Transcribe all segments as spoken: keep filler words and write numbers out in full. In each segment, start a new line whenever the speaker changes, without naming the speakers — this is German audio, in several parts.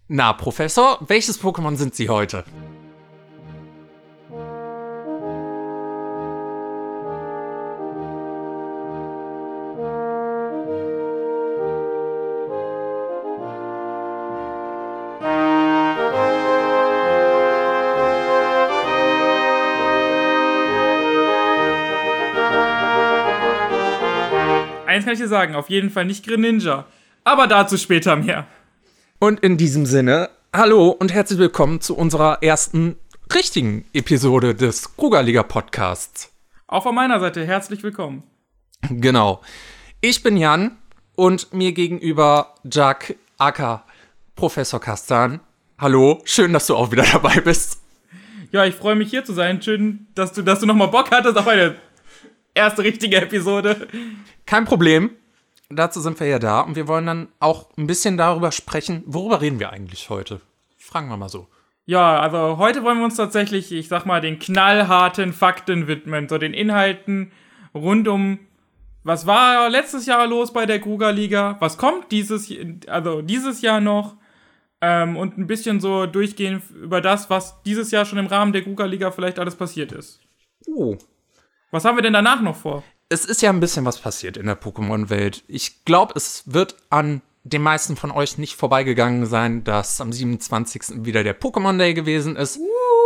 Na, Professor, welches Pokémon sind Sie heute?
Eins kann ich dir sagen, auf jeden Fall nicht Greninja. Aber dazu später mehr.
Und in diesem Sinne, hallo und herzlich willkommen zu unserer ersten richtigen Episode des Krugerliga-Podcasts.
Auch von meiner Seite herzlich willkommen.
Genau. Ich bin Jan und mir gegenüber Jack, aka Professor Kastan. Hallo, schön, dass du auch wieder dabei bist.
Ja, ich freue mich hier zu sein. Schön, dass du, dass du nochmal Bock hattest auf eine erste richtige Episode.
Kein Problem. Dazu sind wir ja da und wir wollen dann auch ein bisschen darüber sprechen, worüber reden wir eigentlich heute? Fragen wir mal so.
Ja, also heute wollen wir uns tatsächlich, ich sag mal, den knallharten Fakten widmen, so den Inhalten rund um, was war letztes Jahr los bei der Krugerliga, was kommt dieses, also dieses Jahr noch, ähm, und ein bisschen so durchgehen über das, was dieses Jahr schon im Rahmen der Krugerliga vielleicht alles passiert ist.
Oh.
Was haben wir denn danach noch vor?
Es ist ja ein bisschen was passiert in der Pokémon-Welt. Ich glaube, es wird an den meisten von euch nicht vorbeigegangen sein, dass am siebenundzwanzigsten wieder der Pokémon Day gewesen ist.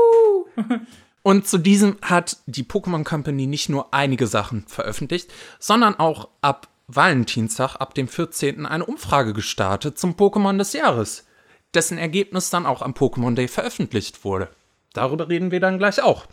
Und zu diesem hat die Pokémon Company nicht nur einige Sachen veröffentlicht, sondern auch ab Valentinstag, ab dem vierzehnten eine Umfrage gestartet zum Pokémon des Jahres, dessen Ergebnis dann auch am Pokémon Day veröffentlicht wurde. Darüber reden wir dann gleich auch.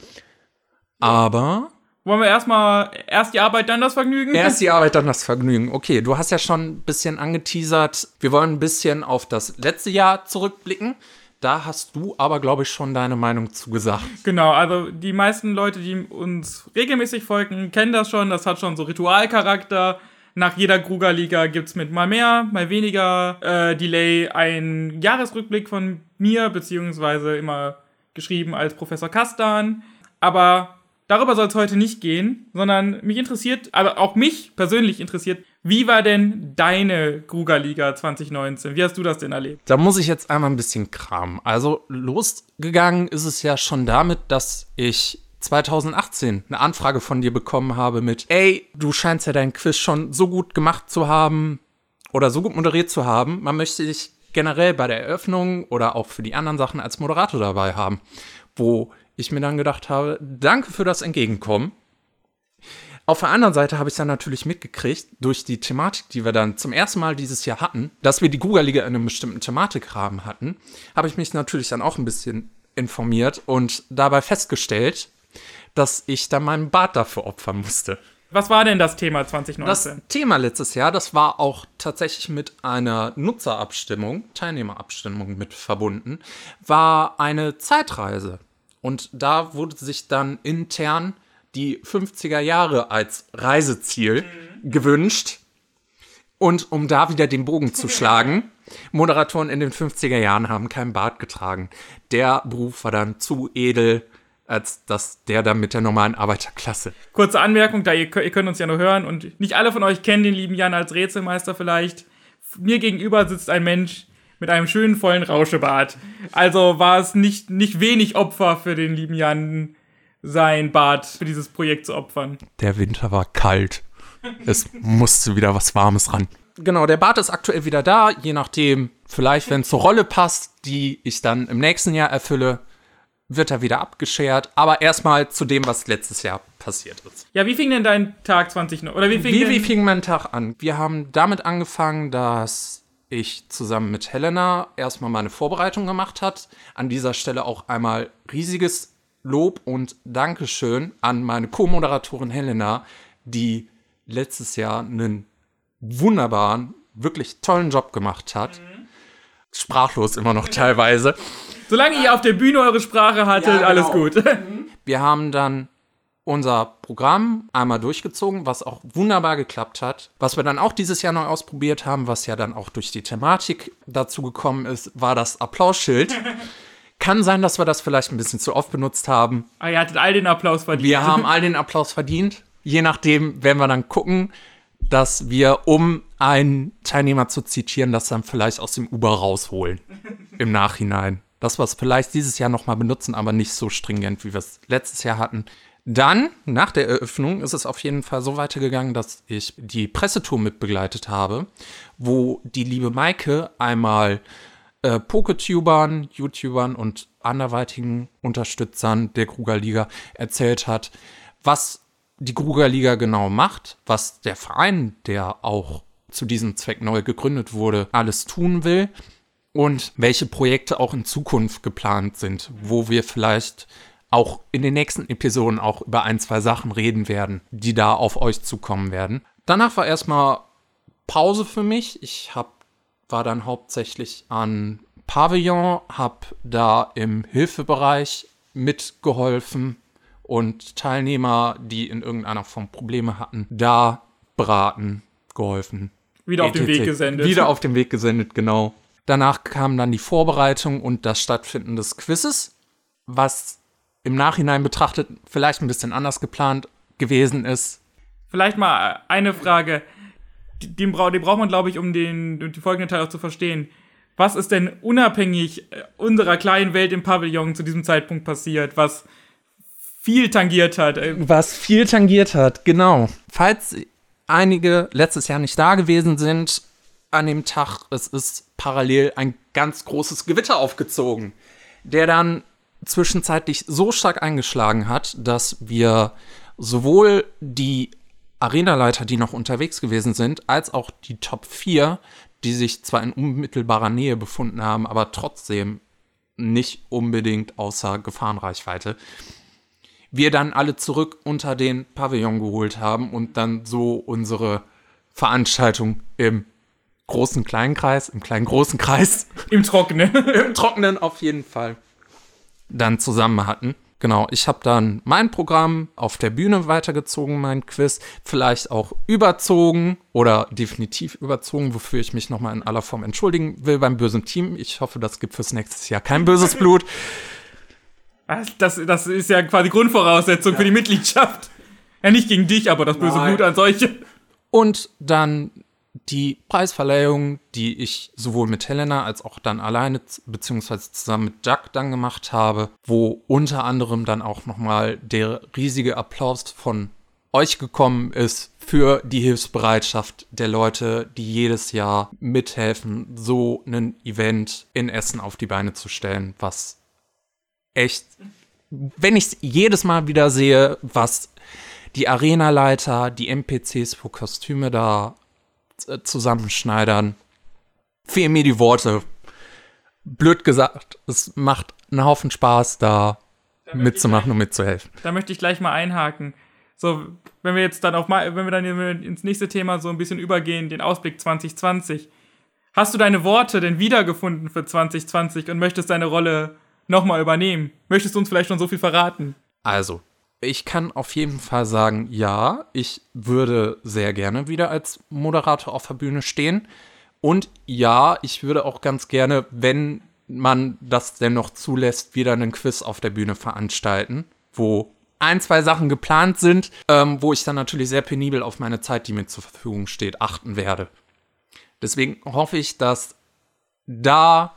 Aber
wollen wir erstmal erst die Arbeit, dann das Vergnügen?
Erst die Arbeit, dann das Vergnügen. Okay, du hast ja schon ein bisschen angeteasert. Wir wollen ein bisschen auf das letzte Jahr zurückblicken. Da hast du aber, glaube ich, schon deine Meinung zugesagt.
Genau, also die meisten Leute, die uns regelmäßig folgen, kennen das schon. Das hat schon so Ritualcharakter. Nach jeder Krugerliga gibt's mit mal mehr, mal weniger äh, Delay einen Jahresrückblick von mir, beziehungsweise immer geschrieben als Professor Kastan. Aber darüber soll es heute nicht gehen, sondern mich interessiert, also auch mich persönlich interessiert, wie war denn deine Krugerliga zwanzig neunzehn? Wie hast du das denn erlebt?
Da muss ich jetzt einmal ein bisschen kramen. Also losgegangen ist es ja schon damit, dass ich zwanzig achtzehn eine Anfrage von dir bekommen habe mit, ey, du scheinst ja dein Quiz schon so gut gemacht zu haben oder so gut moderiert zu haben, man möchte dich generell bei der Eröffnung oder auch für die anderen Sachen als Moderator dabei haben, wo ich mir dann gedacht habe, danke für das Entgegenkommen. Auf der anderen Seite habe ich dann natürlich mitgekriegt, durch die Thematik, die wir dann zum ersten Mal dieses Jahr hatten, dass wir die Krugerliga in einem bestimmten Thematikrahmen hatten, habe ich mich natürlich dann auch ein bisschen informiert und dabei festgestellt, dass ich dann meinen Bart dafür opfern musste.
Was war denn das Thema zwanzig neunzehn?
Das Thema letztes Jahr, das war auch tatsächlich mit einer Nutzerabstimmung, Teilnehmerabstimmung mit verbunden, war eine Zeitreise. Und da wurde sich dann intern die fünfziger Jahre als Reiseziel mhm. gewünscht. Und um da wieder den Bogen zu schlagen, Moderatoren in den fünfziger Jahren haben keinen Bart getragen. Der Beruf war dann zu edel, als dass der dann mit der normalen Arbeiterklasse.
Kurze Anmerkung, da ihr, ihr könnt uns ja nur hören und nicht alle von euch kennen den lieben Jan als Rätselmeister vielleicht. Mir gegenüber sitzt ein Mensch mit einem schönen, vollen Rauschebart. Also war es nicht, nicht wenig Opfer für den lieben Jan, sein Bart für dieses Projekt zu opfern.
Der Winter war kalt. Es musste wieder was Warmes ran. Genau, der Bart ist aktuell wieder da. Je nachdem, vielleicht, wenn es zur Rolle passt, die ich dann im nächsten Jahr erfülle, wird er wieder abgeschert. Aber erstmal zu dem, was letztes Jahr passiert ist.
Ja, wie fing denn dein Tag zwanzig neunzehn? Oder wie fing,
wie,
denn-
wie fing mein Tag an? Wir haben damit angefangen, dass ich zusammen mit Helena erstmal meine Vorbereitung gemacht hat. An dieser Stelle auch einmal riesiges Lob und Dankeschön an meine Co-Moderatorin Helena, die letztes Jahr einen wunderbaren, wirklich tollen Job gemacht hat. Mhm. Sprachlos immer noch teilweise.
Solange ihr auf der Bühne eure Sprache hattet, ja, genau. Alles gut.
Wir haben dann unser Programm einmal durchgezogen, was auch wunderbar geklappt hat. Was wir dann auch dieses Jahr neu ausprobiert haben, was ja dann auch durch die Thematik dazu gekommen ist, war das Applausschild. Kann sein, dass wir das vielleicht ein bisschen zu oft benutzt haben.
Ah, ihr hattet all den Applaus verdient.
Wir haben all den Applaus verdient. Je nachdem werden wir dann gucken, dass wir, um einen Teilnehmer zu zitieren, das dann vielleicht aus dem Uber rausholen im Nachhinein. Das, was vielleicht dieses Jahr nochmal benutzen, aber nicht so stringent, wie wir es letztes Jahr hatten. Dann, nach der Eröffnung, ist es auf jeden Fall so weitergegangen, dass ich die Pressetour mitbegleitet habe, wo die liebe Maike einmal äh, Poketubern, YouTubern und anderweitigen Unterstützern der Krugerliga erzählt hat, was die Krugerliga genau macht, was der Verein, der auch zu diesem Zweck neu gegründet wurde, alles tun will und welche Projekte auch in Zukunft geplant sind, wo wir vielleicht auch in den nächsten Episoden auch über ein, zwei Sachen reden werden, die da auf euch zukommen werden. Danach war erstmal Pause für mich. Ich hab, war dann hauptsächlich an Pavillon, habe da im Hilfebereich mitgeholfen und Teilnehmer, die in irgendeiner Form Probleme hatten, da beraten, geholfen.
Wieder auf den Weg gesendet.
Wieder auf den Weg gesendet, genau. Danach kam dann die Vorbereitung und das Stattfinden des Quizzes, was im Nachhinein betrachtet vielleicht ein bisschen anders geplant gewesen ist.
Vielleicht mal eine Frage, die, die, bra- die braucht man, glaube ich, um den, den folgenden Teil auch zu verstehen. Was ist denn unabhängig unserer kleinen Welt im Pavillon zu diesem Zeitpunkt passiert, was viel tangiert hat?
Was viel tangiert hat, genau. Falls einige letztes Jahr nicht da gewesen sind, an dem Tag, es ist parallel ein ganz großes Gewitter aufgezogen, der dann zwischenzeitlich so stark eingeschlagen hat, dass wir sowohl die Arenaleiter, die noch unterwegs gewesen sind, als auch die Top vier, die sich zwar in unmittelbarer Nähe befunden haben, aber trotzdem nicht unbedingt außer Gefahrenreichweite, wir dann alle zurück unter den Pavillon geholt haben und dann so unsere Veranstaltung im großen kleinen Kreis, im kleinen großen Kreis,
im Trockenen,
im Trockenen auf jeden Fall, dann zusammen hatten. Genau, ich habe dann mein Programm auf der Bühne weitergezogen, mein Quiz, vielleicht auch überzogen oder definitiv überzogen, wofür ich mich nochmal in aller Form entschuldigen will beim bösen Team. Ich hoffe, das gibt fürs nächste Jahr kein böses Blut.
Das, das ist ja quasi Grundvoraussetzung ja. für die Mitgliedschaft. Ja, nicht gegen dich, aber das böse Nein. Blut an solche.
Und dann die Preisverleihung, die ich sowohl mit Helena als auch dann alleine beziehungsweise zusammen mit Jack dann gemacht habe, wo unter anderem dann auch nochmal der riesige Applaus von euch gekommen ist für die Hilfsbereitschaft der Leute, die jedes Jahr mithelfen, so ein Event in Essen auf die Beine zu stellen, was echt, wenn ich es jedes Mal wieder sehe, was die Arenaleiter, die N P Cs für Kostüme da zusammenschneidern, fehlen mir die Worte. Blöd gesagt, es macht einen Haufen Spaß, da, da mitzumachen gleich, und mitzuhelfen.
Da möchte ich gleich mal einhaken. So, wenn wir jetzt dann auf mal, wenn wir dann ins nächste Thema so ein bisschen übergehen, den Ausblick zwanzig zwanzig. Hast du deine Worte denn wiedergefunden für zwanzig zwanzig und möchtest deine Rolle nochmal übernehmen? Möchtest du uns vielleicht schon so viel verraten?
Also, ich kann auf jeden Fall sagen, ja, ich würde sehr gerne wieder als Moderator auf der Bühne stehen. Und ja, ich würde auch ganz gerne, wenn man das denn noch zulässt, wieder einen Quiz auf der Bühne veranstalten, wo ein, zwei Sachen geplant sind, ähm, wo ich dann natürlich sehr penibel auf meine Zeit, die mir zur Verfügung steht, achten werde. Deswegen hoffe ich, dass da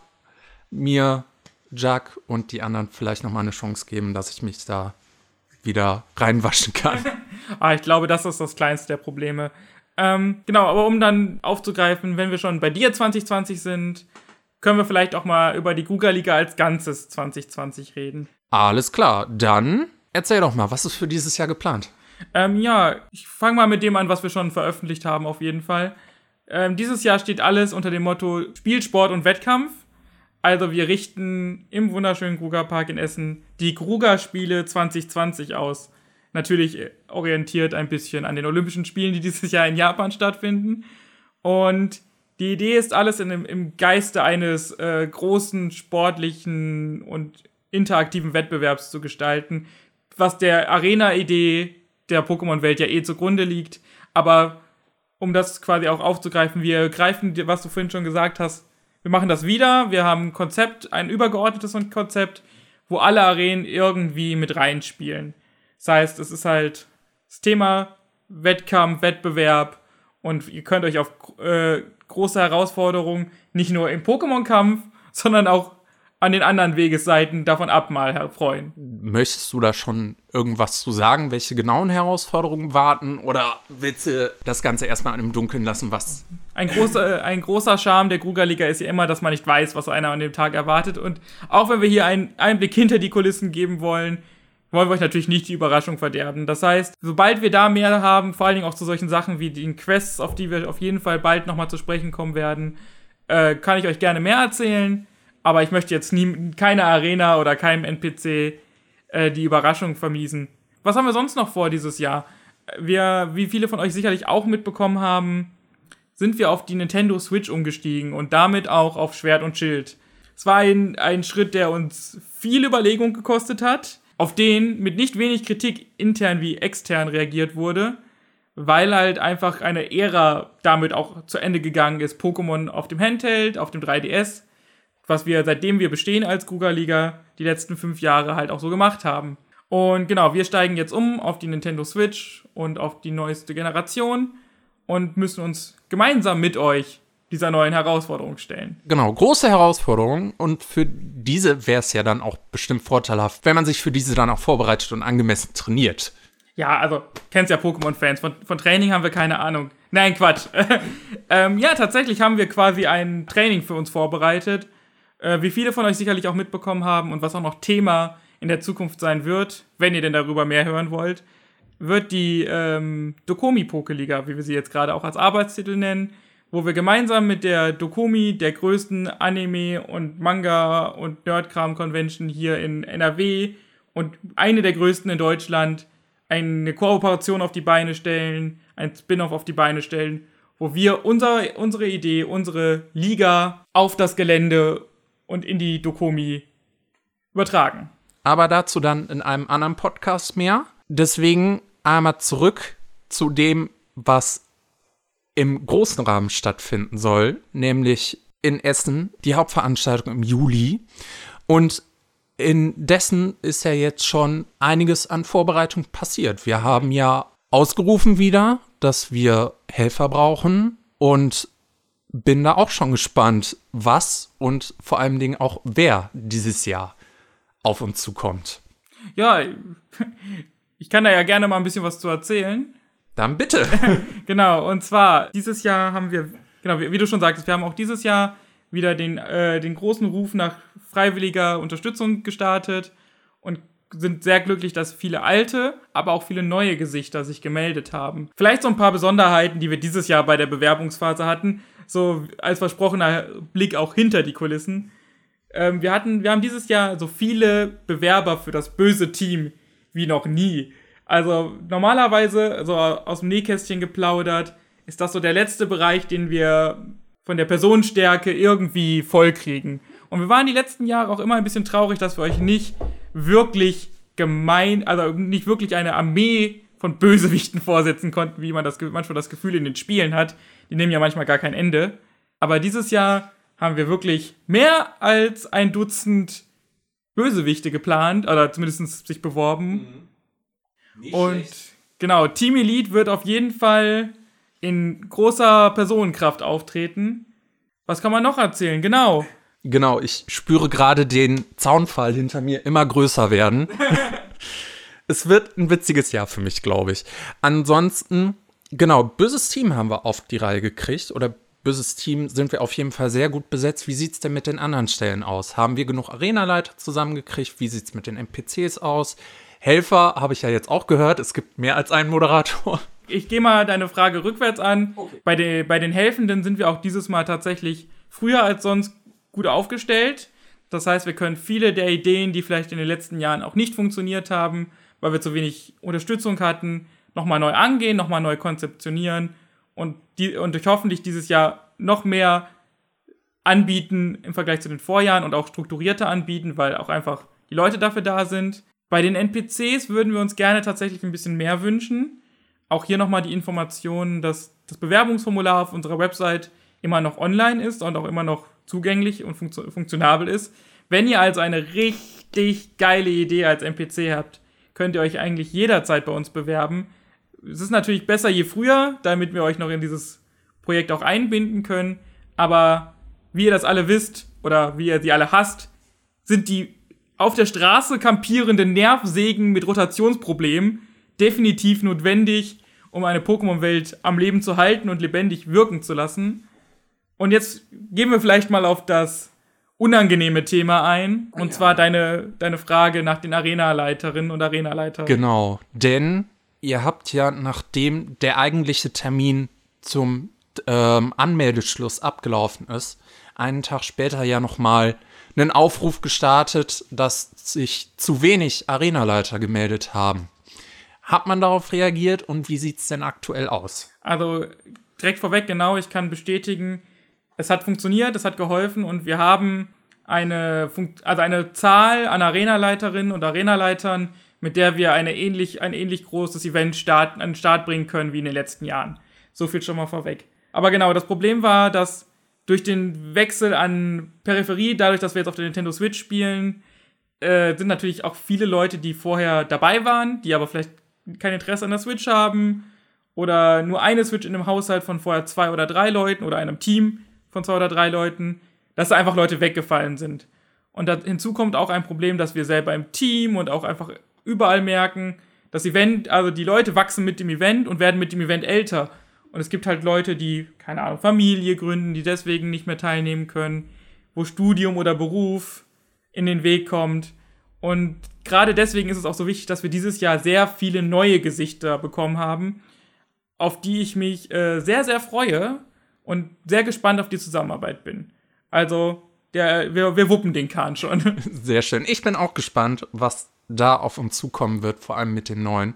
mir Jack und die anderen vielleicht nochmal eine Chance geben, dass ich mich da wieder reinwaschen kann.
ah, ich glaube, das ist das kleinste der Probleme. Ähm, genau, aber um dann aufzugreifen, wenn wir schon bei dir zwanzig zwanzig sind, können wir vielleicht auch mal über die Krugerliga als Ganzes zwanzig zwanzig reden.
Alles klar, dann erzähl doch mal, was ist für dieses Jahr geplant?
Ähm, ja, ich fange mal mit dem an, was wir schon veröffentlicht haben, auf jeden Fall. Ähm, dieses Jahr steht alles unter dem Motto Spielsport und Wettkampf. Also wir richten im wunderschönen Krugerpark in Essen die Kruger-Spiele zwanzig zwanzig aus. Natürlich orientiert ein bisschen an den Olympischen Spielen, die dieses Jahr in Japan stattfinden. Und die Idee ist, alles in dem, im Geiste eines äh, großen, sportlichen und interaktiven Wettbewerbs zu gestalten, was der Arena-Idee der Pokémon-Welt ja eh zugrunde liegt. Aber um das quasi auch aufzugreifen, wir greifen, was du vorhin schon gesagt hast, wir machen das wieder. Wir haben ein Konzept, ein übergeordnetes Konzept, wo alle Arenen irgendwie mit reinspielen. Das heißt, es ist halt das Thema Wettkampf, Wettbewerb Und ihr könnt euch auf äh, große Herausforderungen nicht nur im Pokémon-Kampf, sondern auch an den anderen Wegesseiten davon ab mal freuen.
Möchtest du da schon irgendwas zu sagen, welche genauen Herausforderungen warten? Oder willst du das Ganze erstmal im Dunkeln lassen, was...
Ein großer, ein großer Charme der Krugerliga ist ja immer, dass man nicht weiß, was einer an dem Tag erwartet. Und auch wenn wir hier einen Einblick hinter die Kulissen geben wollen, wollen wir euch natürlich nicht die Überraschung verderben. Das heißt, sobald wir da mehr haben, vor allen Dingen auch zu solchen Sachen wie den Quests, auf die wir auf jeden Fall bald nochmal zu sprechen kommen werden, äh, kann ich euch gerne mehr erzählen. Aber ich möchte jetzt nie, keine Arena oder keinem N P C äh, die Überraschung vermiesen. Was haben wir sonst noch vor dieses Jahr? Wir, wie viele von euch sicherlich auch mitbekommen haben, sind wir auf die Nintendo Switch umgestiegen und damit auch auf Schwert und Schild. Es war ein, ein Schritt, der uns viel Überlegung gekostet hat, auf den mit nicht wenig Kritik intern wie extern reagiert wurde, weil halt einfach eine Ära damit auch zu Ende gegangen ist. Pokémon auf dem Handheld, auf dem drei D S, was wir, seitdem wir bestehen als Krugerliga, die letzten fünf Jahre halt auch so gemacht haben. Und genau, wir steigen jetzt um auf die Nintendo Switch und auf die neueste Generation und müssen uns gemeinsam mit euch dieser neuen Herausforderung stellen.
Genau, große Herausforderung, und für diese wäre es ja dann auch bestimmt vorteilhaft, wenn man sich für diese dann auch vorbereitet und angemessen trainiert.
Ja, also, kennst ja Pokémon-Fans, von, von Training haben wir keine Ahnung. Nein, Quatsch. ähm, ja, tatsächlich haben wir quasi ein Training für uns vorbereitet, äh, wie viele von euch sicherlich auch mitbekommen haben und was auch noch Thema in der Zukunft sein wird, wenn ihr denn darüber mehr hören wollt, wird die ähm, Dokumi-Pokéliga, wie wir sie jetzt gerade auch als Arbeitstitel nennen, wo wir gemeinsam mit der Dokumi, der größten Anime- und Manga- und Nerdkram-Convention hier in N R W und eine der größten in Deutschland, eine Kooperation auf die Beine stellen, ein Spin-off auf die Beine stellen, wo wir unser, unsere Idee, unsere Liga auf das Gelände und in die Dokumi übertragen.
Aber dazu dann in einem anderen Podcast mehr. Deswegen einmal zurück zu dem, was im großen Rahmen stattfinden soll, nämlich in Essen, die Hauptveranstaltung im Juli. Und indessen ist ja jetzt schon einiges an Vorbereitung passiert. Wir haben ja ausgerufen wieder, dass wir Helfer brauchen, und bin da auch schon gespannt, was und vor allen Dingen auch wer dieses Jahr auf uns zukommt.
Ja, ich kann da ja gerne mal ein bisschen was zu erzählen.
Dann bitte.
Genau, und zwar, dieses Jahr haben wir, genau, wie, wie du schon sagtest, wir haben auch dieses Jahr wieder den, äh, den großen Ruf nach freiwilliger Unterstützung gestartet und sind sehr glücklich, dass viele alte, aber auch viele neue Gesichter sich gemeldet haben. Vielleicht so ein paar Besonderheiten, die wir dieses Jahr bei der Bewerbungsphase hatten, so als versprochener Blick auch hinter die Kulissen. Ähm, wir hatten, wir haben dieses Jahr so viele Bewerber für das böse Team wie noch nie. Also normalerweise, so aus dem Nähkästchen geplaudert, ist das so der letzte Bereich, den wir von der Personenstärke irgendwie vollkriegen. Und wir waren die letzten Jahre auch immer ein bisschen traurig, dass wir euch nicht wirklich gemein, also nicht wirklich eine Armee von Bösewichten vorsetzen konnten, wie man das manchmal das Gefühl in den Spielen hat. Die nehmen ja manchmal gar kein Ende. Aber dieses Jahr haben wir wirklich mehr als ein Dutzend Bösewichte geplant, oder zumindest sich beworben.
Nicht
und
schlecht.
Genau, Team Elite wird auf jeden Fall in großer Personenkraft auftreten. Was kann man noch erzählen? Genau.
Genau, ich spüre gerade den Zaunfall hinter mir immer größer werden. Es wird ein witziges Jahr für mich, glaube ich. Ansonsten, genau, böses Team haben wir auf die Reihe gekriegt. Oder böses Team sind wir auf jeden Fall sehr gut besetzt. Wie sieht es denn mit den anderen Stellen aus? Haben wir genug Arenaleiter zusammengekriegt? Wie sieht es mit den N P Cs aus? Helfer habe ich ja jetzt auch gehört. Es gibt mehr als einen Moderator.
Ich gehe mal deine Frage rückwärts an.
Okay.
Bei, de, bei den Helfenden sind wir auch dieses Mal tatsächlich früher als sonst gut aufgestellt. Das heißt, wir können viele der Ideen, die vielleicht in den letzten Jahren auch nicht funktioniert haben, weil wir zu wenig Unterstützung hatten, nochmal neu angehen, nochmal neu konzeptionieren und, die, und durch hoffentlich dieses Jahr noch mehr anbieten im Vergleich zu den Vorjahren und auch strukturierter anbieten, weil auch einfach die Leute dafür da sind. Bei den N P Cs würden wir uns gerne tatsächlich ein bisschen mehr wünschen. Auch hier nochmal die Information, dass das Bewerbungsformular auf unserer Website immer noch online ist und auch immer noch zugänglich und funktio- funktionabel ist. Wenn ihr also eine richtig geile Idee als N P C habt, könnt ihr euch eigentlich jederzeit bei uns bewerben. es ist natürlich besser je früher, damit wir euch noch in dieses Projekt auch einbinden können. Aber wie ihr das alle wisst oder wie ihr sie alle hasst, sind die auf der Straße kampierenden Nervsägen mit Rotationsproblemen definitiv notwendig, um eine Pokémon-Welt am Leben zu halten und lebendig wirken zu lassen. Und jetzt gehen wir vielleicht mal auf das unangenehme Thema ein. Und ja. zwar deine, deine Frage nach den Arena-Leiterinnen und Arena-Leitern.
Genau, denn ihr habt ja, nachdem der eigentliche Termin zum ähm, Anmeldeschluss abgelaufen ist, einen Tag später ja nochmal einen Aufruf gestartet, dass sich zu wenig Arenaleiter gemeldet haben. Hat man darauf reagiert und wie sieht es denn aktuell aus?
Also direkt vorweg, genau, ich kann bestätigen, es hat funktioniert, es hat geholfen und wir haben eine, Funkt- also eine Zahl an Arenaleiterinnen und Arenaleitern, mit der wir eine ähnlich, ein ähnlich großes Event start, an den Start bringen können wie in den letzten Jahren. So viel schon mal vorweg. Aber genau, das Problem war, dass durch den Wechsel an Peripherie, dadurch, dass wir jetzt auf der Nintendo Switch spielen, äh, sind natürlich auch viele Leute, die vorher dabei waren, die aber vielleicht kein Interesse an der Switch haben oder nur eine Switch in einem Haushalt von vorher zwei oder drei Leuten oder einem Team von zwei oder drei Leuten, dass da einfach Leute weggefallen sind. Und da, hinzu kommt auch ein Problem, dass wir selber im Team und auch einfach überall merken, das Event, also die Leute wachsen mit dem Event und werden mit dem Event älter. Und es gibt halt Leute, die, keine Ahnung, Familie gründen, die deswegen nicht mehr teilnehmen können, wo Studium oder Beruf in den Weg kommt. Und gerade deswegen ist es auch so wichtig, dass wir dieses Jahr sehr viele neue Gesichter bekommen haben, auf die ich mich äh, sehr, sehr freue und sehr gespannt auf die Zusammenarbeit bin. Also, der, wir, wir wuppen den Kahn schon.
Sehr schön. Ich bin auch gespannt, was da auf uns zukommen wird, vor allem mit den neuen.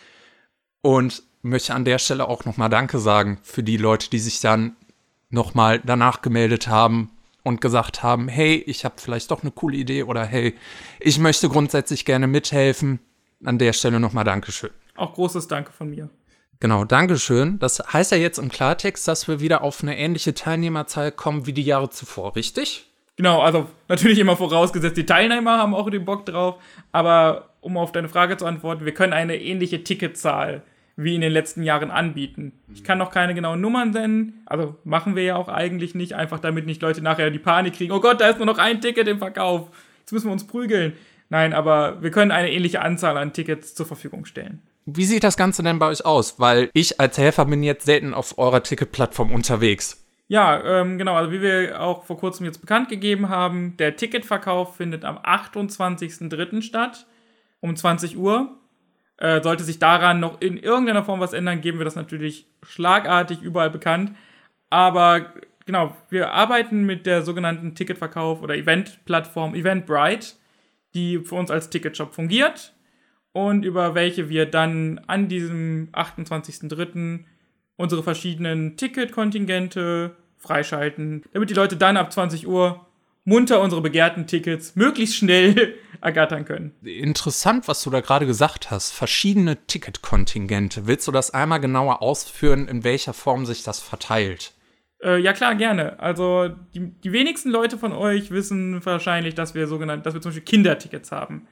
Und möchte an der Stelle auch nochmal Danke sagen für die Leute, die sich dann nochmal danach gemeldet haben und gesagt haben, hey, ich habe vielleicht doch eine coole Idee oder hey, ich möchte grundsätzlich gerne mithelfen. An der Stelle nochmal Dankeschön.
Auch großes Danke von mir.
Genau, Dankeschön. Das heißt ja jetzt im Klartext, dass wir wieder auf eine ähnliche Teilnehmerzahl kommen wie die Jahre zuvor, richtig?
Genau, also natürlich immer vorausgesetzt, die Teilnehmer haben auch den Bock drauf, aber um auf deine Frage zu antworten, wir können eine ähnliche Ticketzahl wie in den letzten Jahren anbieten. Ich kann noch keine genauen Nummern nennen, also machen wir ja auch eigentlich nicht, einfach damit nicht Leute nachher die Panik kriegen, oh Gott, da ist nur noch ein Ticket im Verkauf, jetzt müssen wir uns prügeln. Nein, aber wir können eine ähnliche Anzahl an Tickets zur Verfügung stellen.
Wie sieht das Ganze denn bei euch aus? Weil ich als Helfer bin jetzt selten auf eurer Ticketplattform unterwegs.
Ja, ähm, genau, also wie wir auch vor kurzem jetzt bekannt gegeben haben, der Ticketverkauf findet am achtundzwanzigsten dritten statt, um zwanzig Uhr. Äh, sollte sich daran noch in irgendeiner Form was ändern, geben wir das natürlich schlagartig überall bekannt. Aber genau, wir arbeiten mit der sogenannten Ticketverkauf- oder Eventplattform Eventbrite, die für uns als Ticketshop fungiert und über welche wir dann an diesem achtundzwanzigsten dritten unsere verschiedenen Ticketkontingente freischalten, damit die Leute dann ab zwanzig Uhr munter unsere begehrten Tickets möglichst schnell ergattern können.
Interessant, was du da gerade gesagt hast. Verschiedene Ticketkontingente. Willst du das einmal genauer ausführen, in welcher Form sich das verteilt?
Äh, ja klar, gerne. Also die, die wenigsten Leute von euch wissen wahrscheinlich, dass wir sogenannte, dass wir zum Beispiel Kindertickets haben.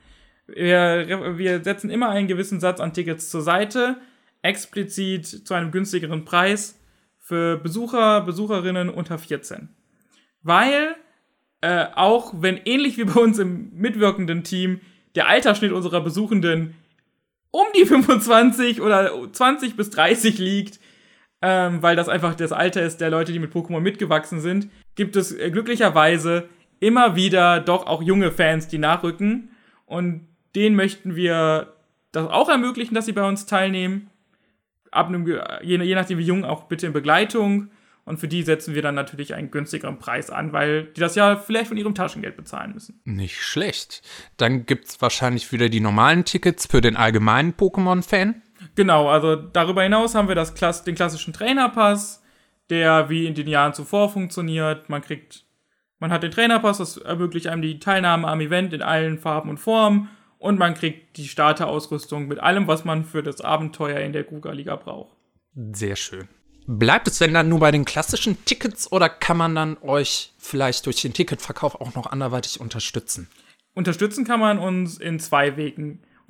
Wir, wir setzen immer einen gewissen Satz an Tickets zur Seite, explizit zu einem günstigeren Preis für Besucher, Besucherinnen unter vierzehn. Weil Äh, auch wenn ähnlich wie bei uns im mitwirkenden Team der Altersschnitt unserer Besuchenden um die fünfundzwanzig oder zwanzig bis dreißig liegt, ähm, weil das einfach das Alter ist der Leute, die mit Pokémon mitgewachsen sind, gibt es äh, glücklicherweise immer wieder doch auch junge Fans, die nachrücken. Und denen möchten wir das auch ermöglichen, dass sie bei uns teilnehmen. Ab einem, je, je nachdem wie jung, auch bitte in Begleitung. Und für die setzen wir dann natürlich einen günstigeren Preis an, weil die das ja vielleicht von ihrem Taschengeld bezahlen müssen.
Nicht schlecht. Dann gibt es wahrscheinlich wieder die normalen Tickets für den allgemeinen Pokémon-Fan.
Genau, also darüber hinaus haben wir das Klass- den klassischen Trainerpass, der wie in den Jahren zuvor funktioniert. Man kriegt, man hat den Trainerpass, das ermöglicht einem die Teilnahme am Event in allen Farben und Formen. Und man kriegt die Starterausrüstung mit allem, was man für das Abenteuer in der Gruga-Liga braucht.
Sehr schön. Bleibt es denn dann nur bei den klassischen Tickets oder kann man dann euch vielleicht durch den Ticketverkauf auch noch anderweitig unterstützen?
Unterstützen kann man uns in zwei Wegen. Und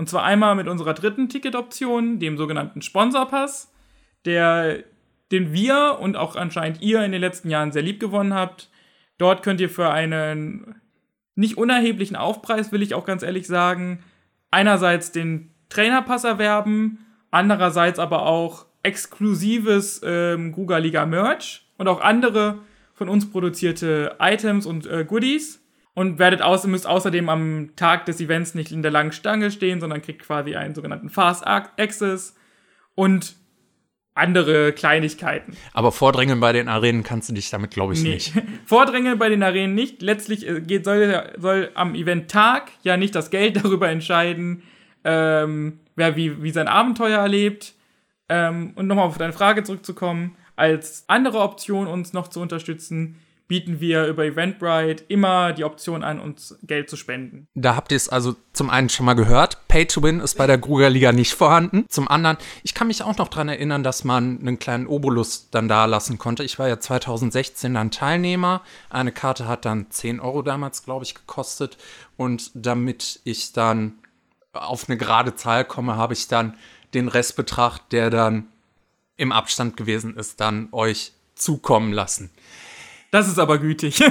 Und zwar einmal mit unserer dritten Ticketoption, dem sogenannten Sponsorpass, der, den wir und auch anscheinend ihr in den letzten Jahren sehr lieb gewonnen habt. Dort könnt ihr für einen nicht unerheblichen Aufpreis, will ich auch ganz ehrlich sagen, einerseits den Trainerpass erwerben, andererseits aber auch exklusives ähm, Guga-Liga-Merch und auch andere von uns produzierte Items und äh, Goodies. Und werdet aus, müsst außerdem am Tag des Events nicht in der langen Stange stehen, sondern kriegt quasi einen sogenannten Fast Access und andere Kleinigkeiten.
Aber Vordrängeln bei den Arenen kannst du dich damit, glaube ich,
nee.
nicht.
Vordrängeln bei den Arenen nicht. Letztlich geht, soll, soll am Eventtag ja nicht das Geld darüber entscheiden, ähm, wer wie, wie sein Abenteuer erlebt. Ähm, und nochmal auf deine Frage zurückzukommen, als andere Option, uns noch zu unterstützen, bieten wir über Eventbrite immer die Option an, uns Geld zu spenden.
Da habt ihr es also zum einen schon mal gehört, Pay to Win ist bei der Guga-Liga nicht vorhanden. Zum anderen, ich kann mich auch noch daran erinnern, dass man einen kleinen Obolus dann da lassen konnte. Ich war ja zwanzig sechzehn dann Teilnehmer. Eine Karte hat dann zehn Euro damals, glaube ich, gekostet. Und damit ich dann auf eine gerade Zahl komme, habe ich dann den Restbetrag, der dann im Abstand gewesen ist, dann euch zukommen lassen.
Das ist aber gütig.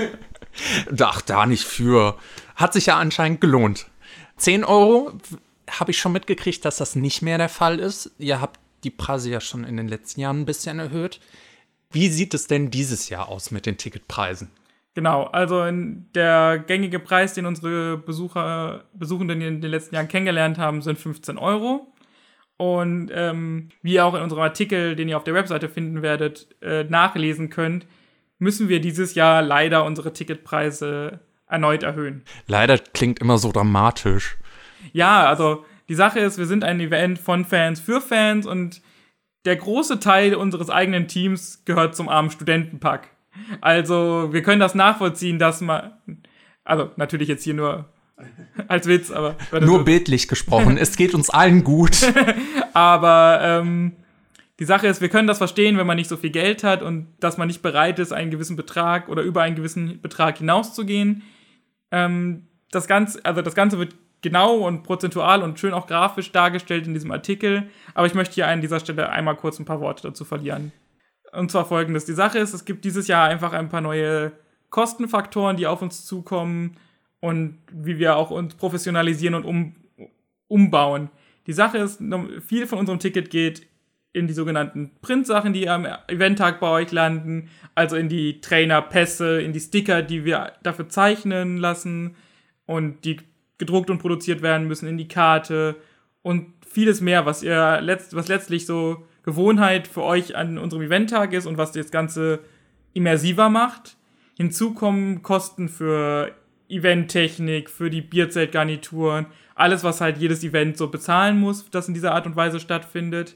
Ach, da nicht für. Hat sich ja anscheinend gelohnt. zehn Euro habe ich schon mitgekriegt, dass das nicht mehr der Fall ist. Ihr habt die Preise ja schon in den letzten Jahren ein bisschen erhöht. Wie sieht es denn dieses Jahr aus mit den Ticketpreisen?
Genau, also der gängige Preis, den unsere Besucher, Besuchenden in den letzten Jahren kennengelernt haben, sind fünfzehn Euro. Und ähm, wie ihr auch in unserem Artikel, den ihr auf der Webseite finden werdet, äh, nachlesen könnt, müssen wir dieses Jahr leider unsere Ticketpreise erneut erhöhen.
Leider klingt immer so dramatisch.
Ja, also die Sache ist, wir sind ein Event von Fans für Fans und der große Teil unseres eigenen Teams gehört zum armen Studentenpack. Also wir können das nachvollziehen, dass man, also natürlich jetzt hier nur als Witz, aber...
Nur bildlich gesprochen, es geht uns allen gut.
Aber ähm, die Sache ist, wir können das verstehen, wenn man nicht so viel Geld hat und dass man nicht bereit ist, einen gewissen Betrag oder über einen gewissen Betrag hinauszugehen. Ähm, das Ganze, also das Ganze wird genau und prozentual und schön auch grafisch dargestellt in diesem Artikel. Aber ich möchte hier an dieser Stelle einmal kurz ein paar Worte dazu verlieren. Und zwar folgendes. Die Sache ist, es gibt dieses Jahr einfach ein paar neue Kostenfaktoren, die auf uns zukommen und wie wir auch uns professionalisieren und um, umbauen. Die Sache ist, viel von unserem Ticket geht in die sogenannten Printsachen, die am Eventtag bei euch landen, also in die Trainerpässe, in die Sticker, die wir dafür zeichnen lassen und die gedruckt und produziert werden müssen, in die Karte und vieles mehr, was ihr letzt, was letztlich so Gewohnheit für euch an unserem Eventtag ist und was das Ganze immersiver macht. Hinzu kommen Kosten für Eventtechnik, für die Bierzeltgarnituren, alles, was halt jedes Event so bezahlen muss, das in dieser Art und Weise stattfindet.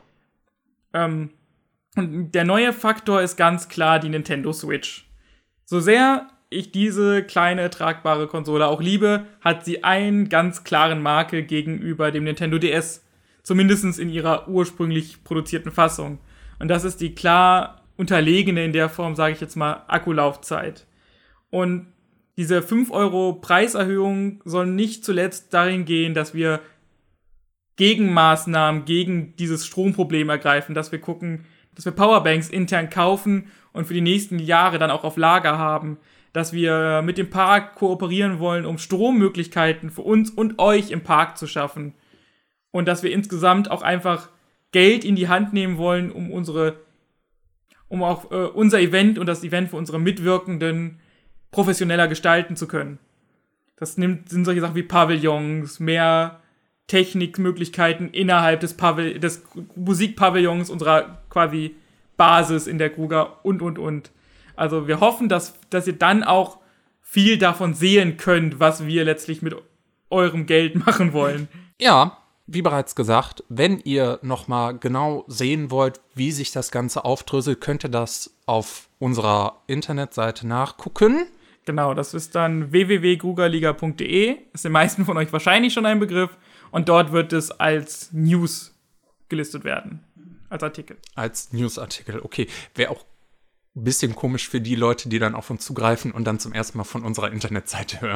Ähm, und der neue Faktor ist ganz klar die Nintendo Switch. So sehr ich diese kleine, tragbare Konsole auch liebe, hat sie einen ganz klaren Makel gegenüber dem Nintendo D S. Zumindest in ihrer ursprünglich produzierten Fassung. Und das ist die klar unterlegene, in der Form, sage ich jetzt mal, Akkulaufzeit. Und diese fünf Euro Preiserhöhung soll nicht zuletzt darin gehen, dass wir Gegenmaßnahmen gegen dieses Stromproblem ergreifen, dass wir gucken, dass wir Powerbanks intern kaufen und für die nächsten Jahre dann auch auf Lager haben, dass wir mit dem Park kooperieren wollen, um Strommöglichkeiten für uns und euch im Park zu schaffen. Und dass wir insgesamt auch einfach Geld in die Hand nehmen wollen, um unsere, um auch äh, unser Event und das Event für unsere Mitwirkenden professioneller gestalten zu können. Das nimmt, sind solche Sachen wie Pavillons, mehr Technikmöglichkeiten innerhalb des, Pavil- des Musikpavillons, unserer quasi Basis in der Guga und, und, und. Also wir hoffen, dass, dass ihr dann auch viel davon sehen könnt, was wir letztlich mit eurem Geld machen wollen.
Ja, wie bereits gesagt, wenn ihr nochmal genau sehen wollt, wie sich das Ganze aufdröselt, könnt ihr das auf unserer Internetseite nachgucken.
Genau, das ist dann w w w punkt gugaliga punkt d e. Ist den meisten von euch wahrscheinlich schon ein Begriff. Und dort wird es als News gelistet werden. Als Artikel.
Als Newsartikel, okay. Wäre auch ein bisschen komisch für die Leute, die dann auf uns zugreifen und dann zum ersten Mal von unserer Internetseite hören.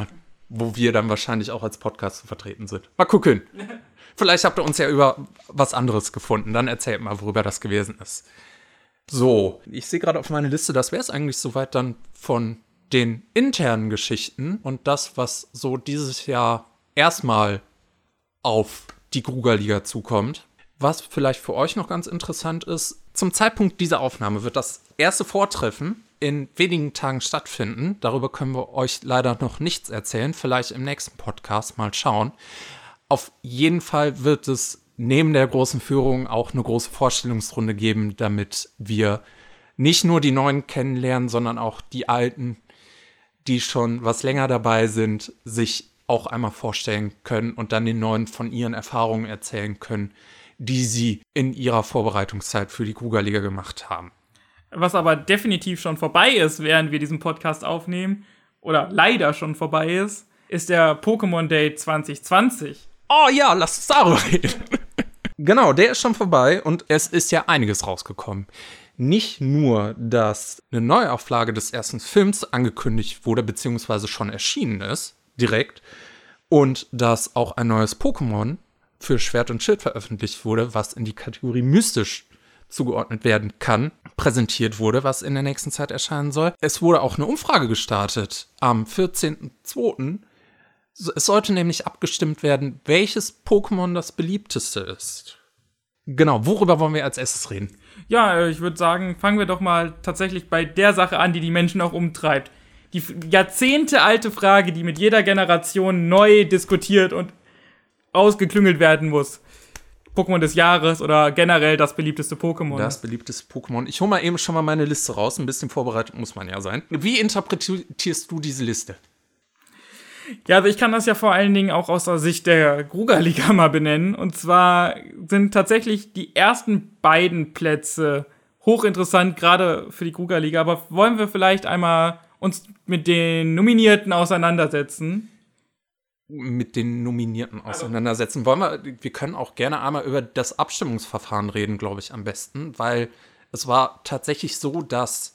wo wir dann wahrscheinlich auch als Podcast zu vertreten sind. Mal gucken. Vielleicht habt ihr uns ja über was anderes gefunden. Dann erzählt mal, worüber das gewesen ist. So, ich sehe gerade auf meine Liste, das wäre es eigentlich soweit dann von den internen Geschichten und das, was so dieses Jahr erstmal auf die Grugerliga zukommt. Was vielleicht für euch noch ganz interessant ist, zum Zeitpunkt dieser Aufnahme wird das erste Vortreffen in wenigen Tagen stattfinden. Darüber können wir euch leider noch nichts erzählen, vielleicht im nächsten Podcast mal schauen. Auf jeden Fall wird es neben der großen Führung auch eine große Vorstellungsrunde geben, damit wir nicht nur die Neuen kennenlernen, sondern auch die Alten, die schon was länger dabei sind, sich auch einmal vorstellen können und dann den Neuen von ihren Erfahrungen erzählen können, die sie in ihrer Vorbereitungszeit für die Grugerliga gemacht haben.
Was aber definitiv schon vorbei ist, während wir diesen Podcast aufnehmen, oder leider schon vorbei ist, ist der Pokémon Day zwanzig zwanzig.
Oh ja, lass uns darüber reden. Genau, der ist schon vorbei und es ist ja einiges rausgekommen. Nicht nur, dass eine Neuauflage des ersten Films angekündigt wurde, beziehungsweise schon erschienen ist, direkt, und dass auch ein neues Pokémon für Schwert und Schild veröffentlicht wurde, was in die Kategorie mystisch zugeordnet werden kann, präsentiert wurde, was in der nächsten Zeit erscheinen soll. Es wurde auch eine Umfrage gestartet am vierzehnten zweiten Es sollte nämlich abgestimmt werden, welches Pokémon das beliebteste ist. Genau, worüber wollen wir als erstes reden?
Ja, ich würde sagen, fangen wir doch mal tatsächlich bei der Sache an, die die Menschen auch umtreibt. Die jahrzehntealte Frage, die mit jeder Generation neu diskutiert und ausgeklüngelt werden muss. Pokémon des Jahres oder generell das beliebteste Pokémon.
Das beliebteste Pokémon. Ich hole mal eben schon mal meine Liste raus. Ein bisschen vorbereitet muss man ja sein. Wie interpretierst du diese Liste?
Ja, also ich kann das ja vor allen Dingen auch aus der Sicht der Grugerliga mal benennen. Und zwar sind tatsächlich die ersten beiden Plätze hochinteressant, gerade für die Grugerliga. Aber wollen wir vielleicht einmal uns mit den Nominierten auseinandersetzen?
Mit den Nominierten auseinandersetzen. Wollen wir, wir können auch gerne einmal über das Abstimmungsverfahren reden, glaube ich, am besten, weil es war tatsächlich so, dass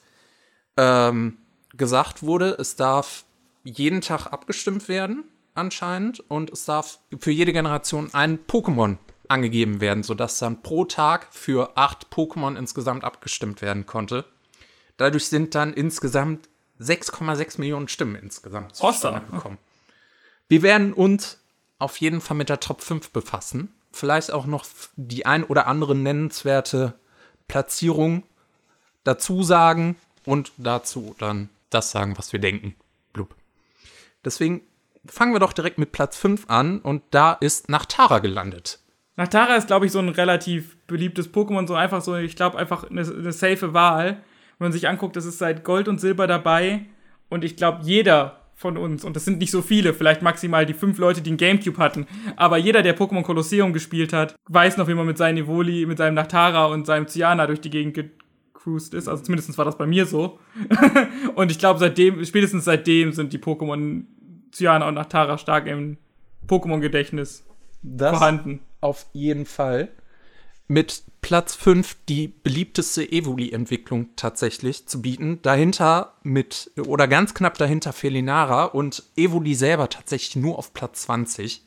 ähm, gesagt wurde, es darf jeden Tag abgestimmt werden, anscheinend, und es darf für jede Generation ein Pokémon angegeben werden, sodass dann pro Tag für acht Pokémon insgesamt abgestimmt werden konnte. Dadurch sind dann insgesamt sechs Komma sechs Millionen Stimmen insgesamt zustande gekommen. Wir werden uns auf jeden Fall mit der Top fünf befassen. Vielleicht auch noch die ein oder andere nennenswerte Platzierung dazu sagen und dazu dann das sagen, was wir denken. Blub. Deswegen fangen wir doch direkt mit Platz fünf an und da ist Nachtara gelandet.
Nachtara ist, glaube ich, so ein relativ beliebtes Pokémon, so einfach so, ich glaube, einfach eine, eine safe Wahl. Wenn man sich anguckt, das ist seit Gold und Silber dabei und ich glaube, jeder von uns, und das sind nicht so viele, vielleicht maximal die fünf Leute, die einen Gamecube hatten, aber jeder, der Pokémon Kolosseum gespielt hat, weiß noch, wie man mit seinem Evoli, mit seinem Nachtara und seinem Cyana durch die Gegend gecruised ist, also zumindest war das bei mir so. Und ich glaube, seitdem, spätestens seitdem sind die Pokémon Cyana und Nachtara stark im Pokémon-Gedächtnis vorhanden.
Auf jeden Fall. Mit Platz fünf die beliebteste Evoli-Entwicklung tatsächlich zu bieten. Dahinter mit, oder ganz knapp dahinter Felinara und Evoli selber tatsächlich nur auf Platz zwanzig.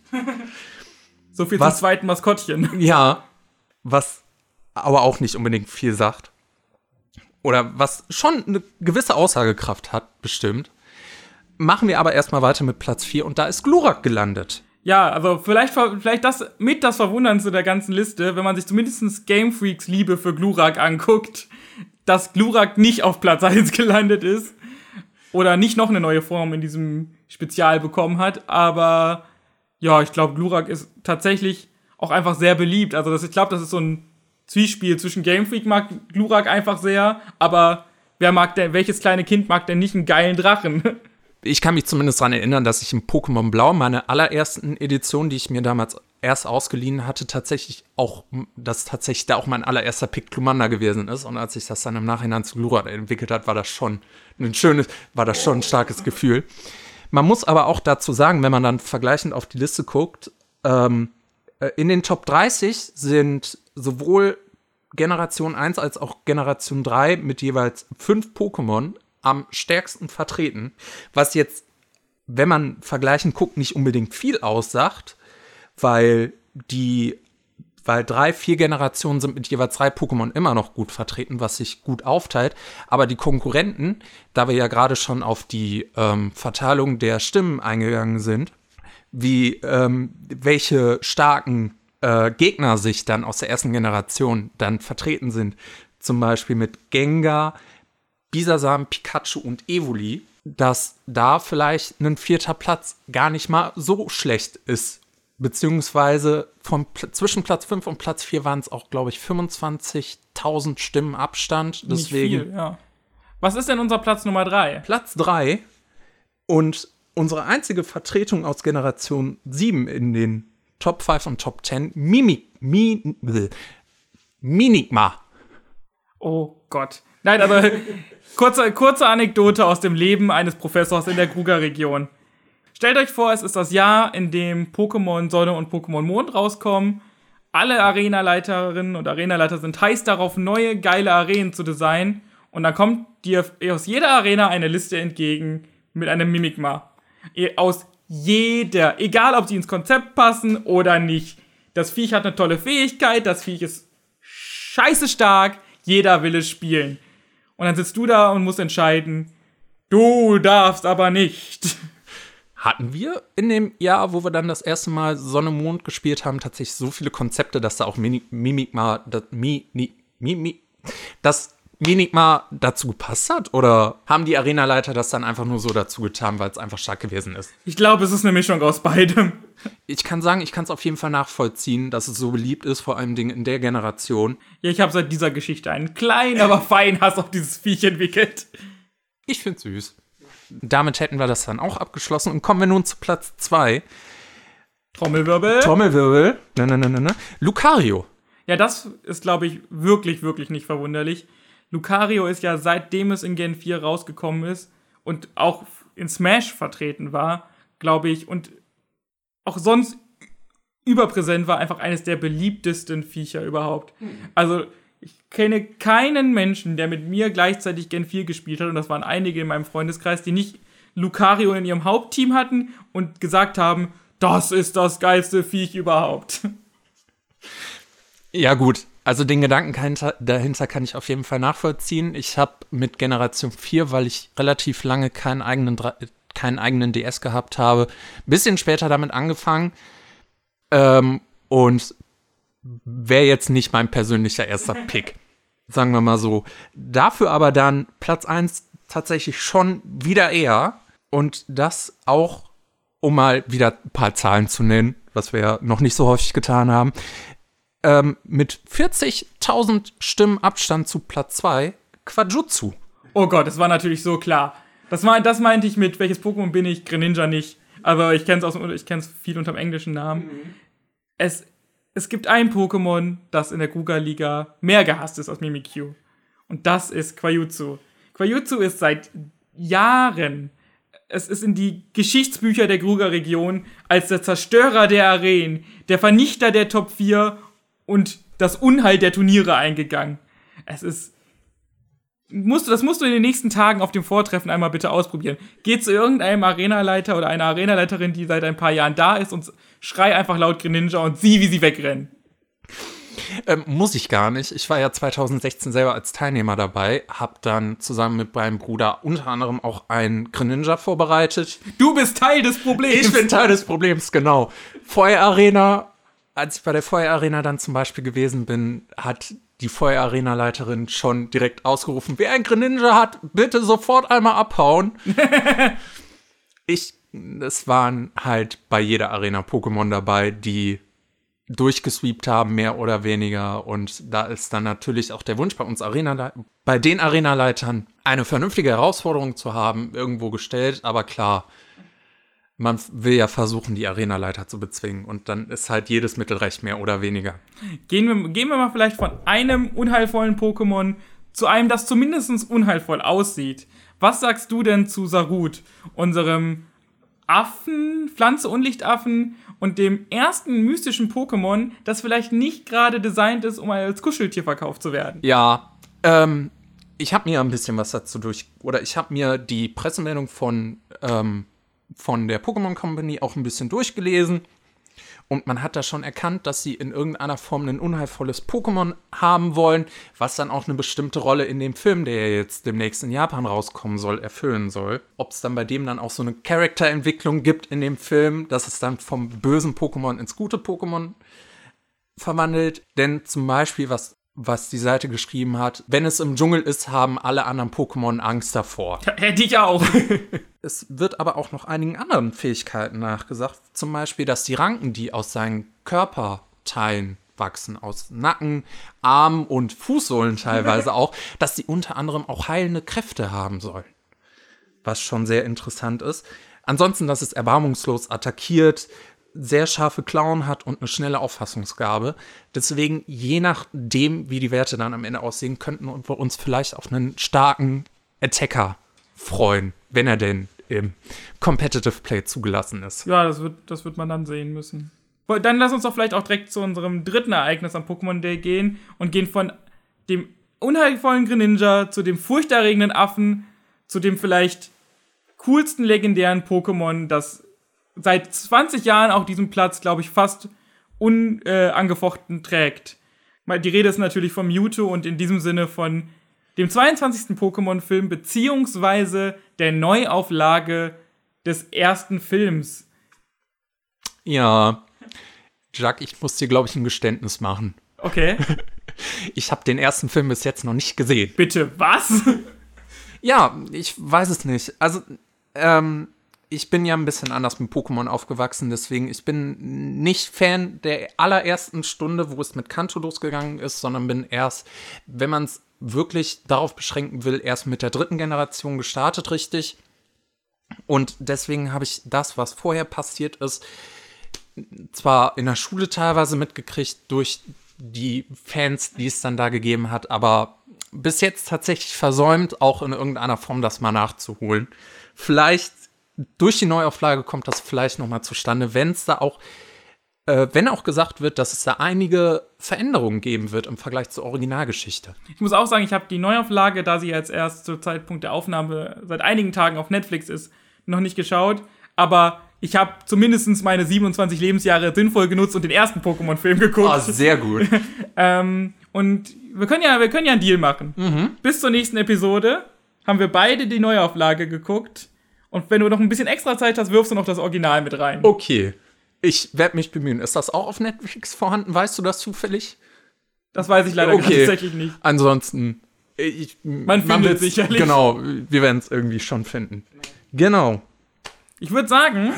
So viel
was,
zum zweiten Maskottchen.
Ja, was aber auch nicht unbedingt viel sagt. Oder was schon eine gewisse Aussagekraft hat, bestimmt. Machen wir aber erstmal weiter mit Platz vier und da ist Glurak gelandet.
Ja, also vielleicht, vielleicht das mit das Verwunderndste der ganzen Liste, wenn man sich zumindest Game Freaks Liebe für Glurak anguckt, dass Glurak nicht auf Platz eins gelandet ist oder nicht noch eine neue Form in diesem Spezial bekommen hat, aber ja, ich glaube, Glurak ist tatsächlich auch einfach sehr beliebt. Also das, ich glaube, das ist so ein Zwiespel zwischen Game Freak mag Glurak einfach sehr, aber wer mag denn, welches kleine Kind mag denn nicht einen geilen Drachen?
Ich kann mich zumindest daran erinnern, dass ich in Pokémon Blau, meine allerersten Edition, die ich mir damals erst ausgeliehen hatte, tatsächlich auch, dass tatsächlich da auch mein allererster Pick Glumanda gewesen ist. Und als sich das dann im Nachhinein zu Glurak entwickelt hat, war das schon ein schönes, war das schon ein starkes Gefühl. Man muss aber auch dazu sagen, wenn man dann vergleichend auf die Liste guckt, ähm, in den Top dreißig sind sowohl Generation eins als auch Generation drei mit jeweils fünf Pokémon am stärksten vertreten, was jetzt wenn man vergleichen guckt, nicht unbedingt viel aussagt, weil die, weil drei, vier Generationen sind mit jeweils drei Pokémon immer noch gut vertreten, was sich gut aufteilt. Aber die Konkurrenten, da wir ja gerade schon auf die ähm, Verteilung der Stimmen eingegangen sind, wie ähm, welche starken äh, Gegner sich dann aus der ersten Generation dann vertreten sind, zum Beispiel mit Gengar, Bisasam, Pikachu und Evoli, dass da vielleicht ein vierter Platz gar nicht mal so schlecht ist. Beziehungsweise vom Pl- zwischen Platz fünf und Platz vier waren es auch, glaube ich, fünfundzwanzigtausend Stimmen Abstand. Deswegen
Nicht viel, ja. Was ist denn unser Platz Nummer drei?
Platz drei und unsere einzige Vertretung aus Generation sieben in den Top fünf und Top zehn, Mimik, Mi, Minigma.
Oh Gott. Nein, aber kurze, kurze Anekdote aus dem Leben eines Professors in der Kruger-Region. Stellt euch vor, es ist das Jahr, in dem Pokémon Sonne und Pokémon Mond rauskommen. Alle Arenaleiterinnen und Arenaleiter sind heiß darauf, neue, geile Arenen zu designen. Und dann kommt dir aus jeder Arena eine Liste entgegen mit einem Mimikma. Aus jeder. Egal, ob sie ins Konzept passen oder nicht. Das Viech hat eine tolle Fähigkeit, das Viech ist scheiße stark, jeder will es spielen. Und dann sitzt du da und musst entscheiden, du darfst aber nicht.
Hatten wir in dem Jahr, wo wir dann das erste Mal Sonne Mond gespielt haben, tatsächlich so viele Konzepte, dass da auch Mini- Mimikma, das, Mi, Mi, Mi, Mi, das Minigma dazu gepasst hat? Oder haben die Arenaleiter das dann einfach nur so dazu getan, weil es einfach stark gewesen ist?
Ich glaube, es ist eine Mischung aus beidem.
Ich kann sagen, ich kann es auf jeden Fall nachvollziehen, dass es so beliebt ist, vor allem in der Generation.
Ja, ich habe seit dieser Geschichte einen kleinen, aber feinen Hass auf dieses Viech entwickelt.
Ich find's süß. Damit hätten wir das dann auch abgeschlossen und kommen wir nun zu Platz zwei.
Trommelwirbel.
Trommelwirbel. Na, na, na, na, na. Lucario.
Ja, das ist, glaube ich, wirklich, wirklich nicht verwunderlich. Lucario ist ja, seitdem es in Gen vier rausgekommen ist und auch in Smash vertreten war, glaube ich, und auch sonst überpräsent war, einfach eines der beliebtesten Viecher überhaupt. Also, ich kenne keinen Menschen, der mit mir gleichzeitig Gen vier gespielt hat, und das waren einige in meinem Freundeskreis, die nicht Lucario in ihrem Hauptteam hatten und gesagt haben, das ist das geilste Viech überhaupt.
Ja gut, also den Gedanken dahinter kann ich auf jeden Fall nachvollziehen. Ich habe mit Generation vier, weil ich relativ lange keinen eigenen, keinen eigenen D S gehabt habe, ein bisschen später damit angefangen. Ähm, und wäre jetzt nicht mein persönlicher erster Pick, sagen wir mal so. Dafür aber dann Platz eins tatsächlich schon wieder eher. Und das auch, um mal wieder ein paar Zahlen zu nennen, was wir ja noch nicht so häufig getan haben. Ähm, mit vierzigtausend Stimmen Abstand zu Platz zwei, Quajutsu.
Oh Gott, das war natürlich so klar. Das, war, das meinte ich mit, welches Pokémon bin ich? Greninja nicht. Aber ich kenne es ich kenn's viel unter dem englischen Namen. Mhm. Es, es gibt ein Pokémon, das in der Kruger-Liga mehr gehasst ist als Mimikyu. Und das ist Quajutsu. Quajutsu ist seit Jahren, es ist in die Geschichtsbücher der Kruger-Region als der Zerstörer der Arenen, der Vernichter der Top vier und das Unheil der Turniere eingegangen. Es ist Musst du, das musst du in den nächsten Tagen auf dem Vortreffen einmal bitte ausprobieren. Geh zu irgendeinem Arenaleiter oder einer Arenaleiterin, die seit ein paar Jahren da ist, und schrei einfach laut Greninja und sieh, wie sie wegrennen.
Ähm, muss ich gar nicht. Ich war ja zwanzig sechzehn selber als Teilnehmer dabei, hab dann zusammen mit meinem Bruder unter anderem auch ein Greninja vorbereitet.
Du bist Teil des Problems.
Ich bin Teil des Problems, genau. Feuerarena, als ich bei der Feuerarena dann zum Beispiel gewesen bin, hat die Feuerarena-Leiterin schon direkt ausgerufen, wer ein Greninja hat, bitte sofort einmal abhauen. ich, es waren halt bei jeder Arena Pokémon dabei, die durchgesweept haben, mehr oder weniger. Und da ist dann natürlich auch der Wunsch bei uns Arena, bei den Arenaleitern eine vernünftige Herausforderung zu haben, irgendwo gestellt. Aber klar, man will ja versuchen, die Arenaleiter zu bezwingen. Und dann ist halt jedes Mittel recht, mehr oder weniger.
Gehen wir, gehen wir mal vielleicht von einem unheilvollen Pokémon zu einem, das zumindest unheilvoll aussieht. Was sagst du denn zu Sarut, unserem Affen, Pflanze-Unlichtaffen und dem ersten mystischen Pokémon, das vielleicht nicht gerade designt ist, um als Kuscheltier verkauft zu werden?
Ja, ähm, ich habe mir ein bisschen was dazu durch... Oder ich habe mir die Pressemeldung von... Ähm, von der Pokémon Company auch ein bisschen durchgelesen. Und man hat da schon erkannt, dass sie in irgendeiner Form ein unheilvolles Pokémon haben wollen, was dann auch eine bestimmte Rolle in dem Film, der jetzt demnächst in Japan rauskommen soll, erfüllen soll. Ob es dann bei dem dann auch so eine Charakterentwicklung gibt in dem Film, dass es dann vom bösen Pokémon ins gute Pokémon verwandelt. Denn zum Beispiel, was, was die Seite geschrieben hat, wenn es im Dschungel ist, haben alle anderen Pokémon Angst davor.
Ja, hätte ich auch.
Es wird aber auch noch einigen anderen Fähigkeiten nachgesagt. Zum Beispiel, dass die Ranken, die aus seinen Körperteilen wachsen, aus Nacken, Armen und Fußsohlen teilweise auch, dass die unter anderem auch heilende Kräfte haben sollen. Was schon sehr interessant ist. Ansonsten, dass es erbarmungslos attackiert, sehr scharfe Klauen hat und eine schnelle Auffassungsgabe. Deswegen, je nachdem, wie die Werte dann am Ende aussehen, könnten wir uns vielleicht auf einen starken Attacker freuen, wenn er denn im Competitive Play zugelassen ist.
Ja, das wird, das wird man dann sehen müssen. Dann lass uns doch vielleicht auch direkt zu unserem dritten Ereignis am Pokémon Day gehen und gehen von dem unheilvollen Greninja zu dem furchterregenden Affen zu dem vielleicht coolsten legendären Pokémon, das seit zwanzig Jahren auch diesen Platz, glaube ich, fast unangefochten äh, trägt. Die Rede ist natürlich von Mewtwo und in diesem Sinne von dem zweiundzwanzigsten Pokémon-Film beziehungsweise der Neuauflage des ersten Films.
Ja, Jack, ich muss dir, glaube ich, ein Geständnis machen.
Okay.
Ich habe den ersten Film bis jetzt noch nicht gesehen.
Bitte, was?
Ja, ich weiß es nicht. Also, ähm, ich bin ja ein bisschen anders mit Pokémon aufgewachsen, deswegen, ich bin nicht Fan der allerersten Stunde, wo es mit Kanto losgegangen ist, sondern bin erst, wenn man es wirklich darauf beschränken will, erst mit der dritten Generation gestartet, richtig. Und deswegen habe ich das, was vorher passiert ist, zwar in der Schule teilweise mitgekriegt durch die Fans, die es dann da gegeben hat, aber bis jetzt tatsächlich versäumt, auch in irgendeiner Form das mal nachzuholen. Vielleicht durch die Neuauflage kommt das vielleicht noch mal zustande, wenn es da auch Äh, wenn auch gesagt wird, dass es da einige Veränderungen geben wird im Vergleich zur Originalgeschichte.
Ich muss auch sagen, ich habe die Neuauflage, da sie jetzt erst zu Zeitpunkt der Aufnahme seit einigen Tagen auf Netflix ist, noch nicht geschaut. Aber ich habe zumindest meine siebenundzwanzig Lebensjahre sinnvoll genutzt und den ersten Pokémon-Film geguckt.
Oh, sehr gut.
ähm, und wir können ja, wir können ja einen Deal machen.
Mhm.
Bis zur nächsten Episode haben wir beide die Neuauflage geguckt. Und wenn du noch ein bisschen extra Zeit hast, wirfst du noch das Original mit rein.
Okay. Ich werde mich bemühen. Ist das auch auf Netflix vorhanden? Weißt du das zufällig?
Das weiß ich leider
okay.
tatsächlich nicht.
Ansonsten, ich,
man findet es sicherlich.
Genau, wir werden es irgendwie schon finden. Genau.
Ich würde sagen,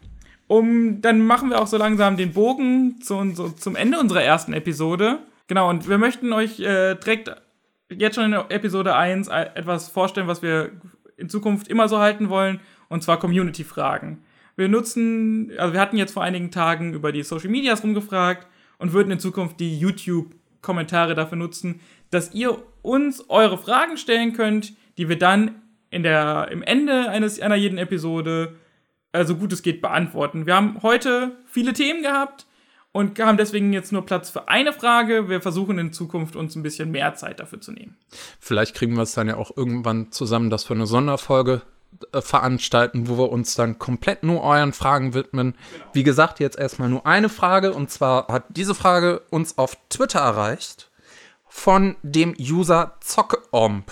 um, dann machen wir auch so langsam den Bogen zu, so, zum Ende unserer ersten Episode. Genau, und wir möchten euch äh, direkt jetzt schon in Episode eins etwas vorstellen, was wir in Zukunft immer so halten wollen, und zwar Community-Fragen. Wir nutzen, also wir hatten jetzt vor einigen Tagen über die Social Medias rumgefragt und würden in Zukunft die YouTube-Kommentare dafür nutzen, dass ihr uns eure Fragen stellen könnt, die wir dann in der, im Ende eines, einer jeden Episode, äh, so gut es geht, beantworten. Wir haben heute viele Themen gehabt und haben deswegen jetzt nur Platz für eine Frage. Wir versuchen in Zukunft uns ein bisschen mehr Zeit dafür zu nehmen.
Vielleicht kriegen wir es dann ja auch irgendwann zusammen, dass wir eine Sonderfolge veranstalten, wo wir uns dann komplett nur euren Fragen widmen. Genau. Wie gesagt, jetzt erstmal nur eine Frage, und zwar hat diese Frage uns auf Twitter erreicht von dem User Zockomp.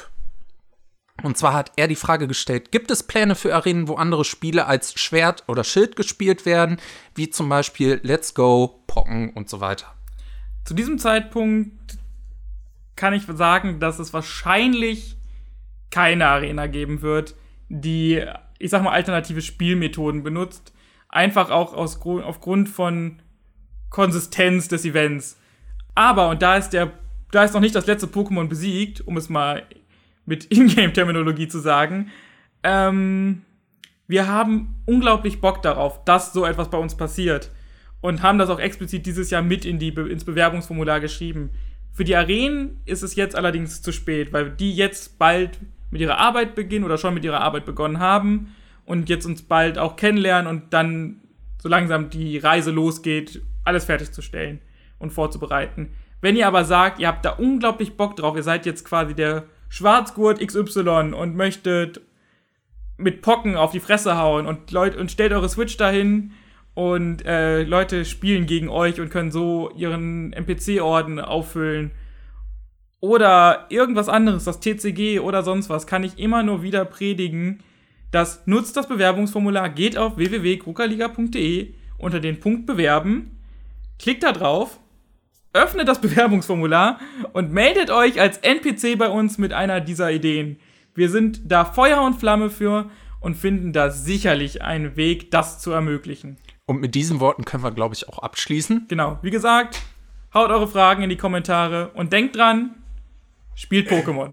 Und zwar hat er die Frage gestellt: Gibt es Pläne für Arenen, wo andere Spiele als Schwert oder Schild gespielt werden, wie zum Beispiel Let's Go, Pokken und so weiter?
Zu diesem Zeitpunkt kann ich sagen, dass es wahrscheinlich keine Arena geben wird, die, ich sag mal, alternative Spielmethoden benutzt. Einfach auch aus, aufgrund von Konsistenz des Events. Aber, und da ist der, da ist noch nicht das letzte Pokémon besiegt, um es mal mit Ingame-Terminologie zu sagen, ähm, wir haben unglaublich Bock darauf, dass so etwas bei uns passiert. Und haben das auch explizit dieses Jahr mit in die Be- ins Bewerbungsformular geschrieben. Für die Arenen ist es jetzt allerdings zu spät, weil die jetzt bald mit ihrer Arbeit beginnen oder schon mit ihrer Arbeit begonnen haben und jetzt uns bald auch kennenlernen und dann so langsam die Reise losgeht, alles fertigzustellen und vorzubereiten. Wenn ihr aber sagt, ihr habt da unglaublich Bock drauf, ihr seid jetzt quasi der Schwarzgurt X Y und möchtet mit Pocken auf die Fresse hauen und Leute und stellt eure Switch dahin und äh, Leute spielen gegen euch und können so ihren N P C-Orden auffüllen. Oder irgendwas anderes, das T C G oder sonst was, kann ich immer nur wieder predigen. Das nutzt das Bewerbungsformular, geht auf w w w punkt krukaliga punkt d e unter den Punkt Bewerben, klickt da drauf, öffnet das Bewerbungsformular und meldet euch als N P C bei uns mit einer dieser Ideen. Wir sind da Feuer und Flamme für und finden da sicherlich einen Weg, das zu ermöglichen.
Und mit diesen Worten können wir, glaube ich, auch abschließen.
Genau, wie gesagt, haut eure Fragen in die Kommentare und denkt dran, spielt Pokémon.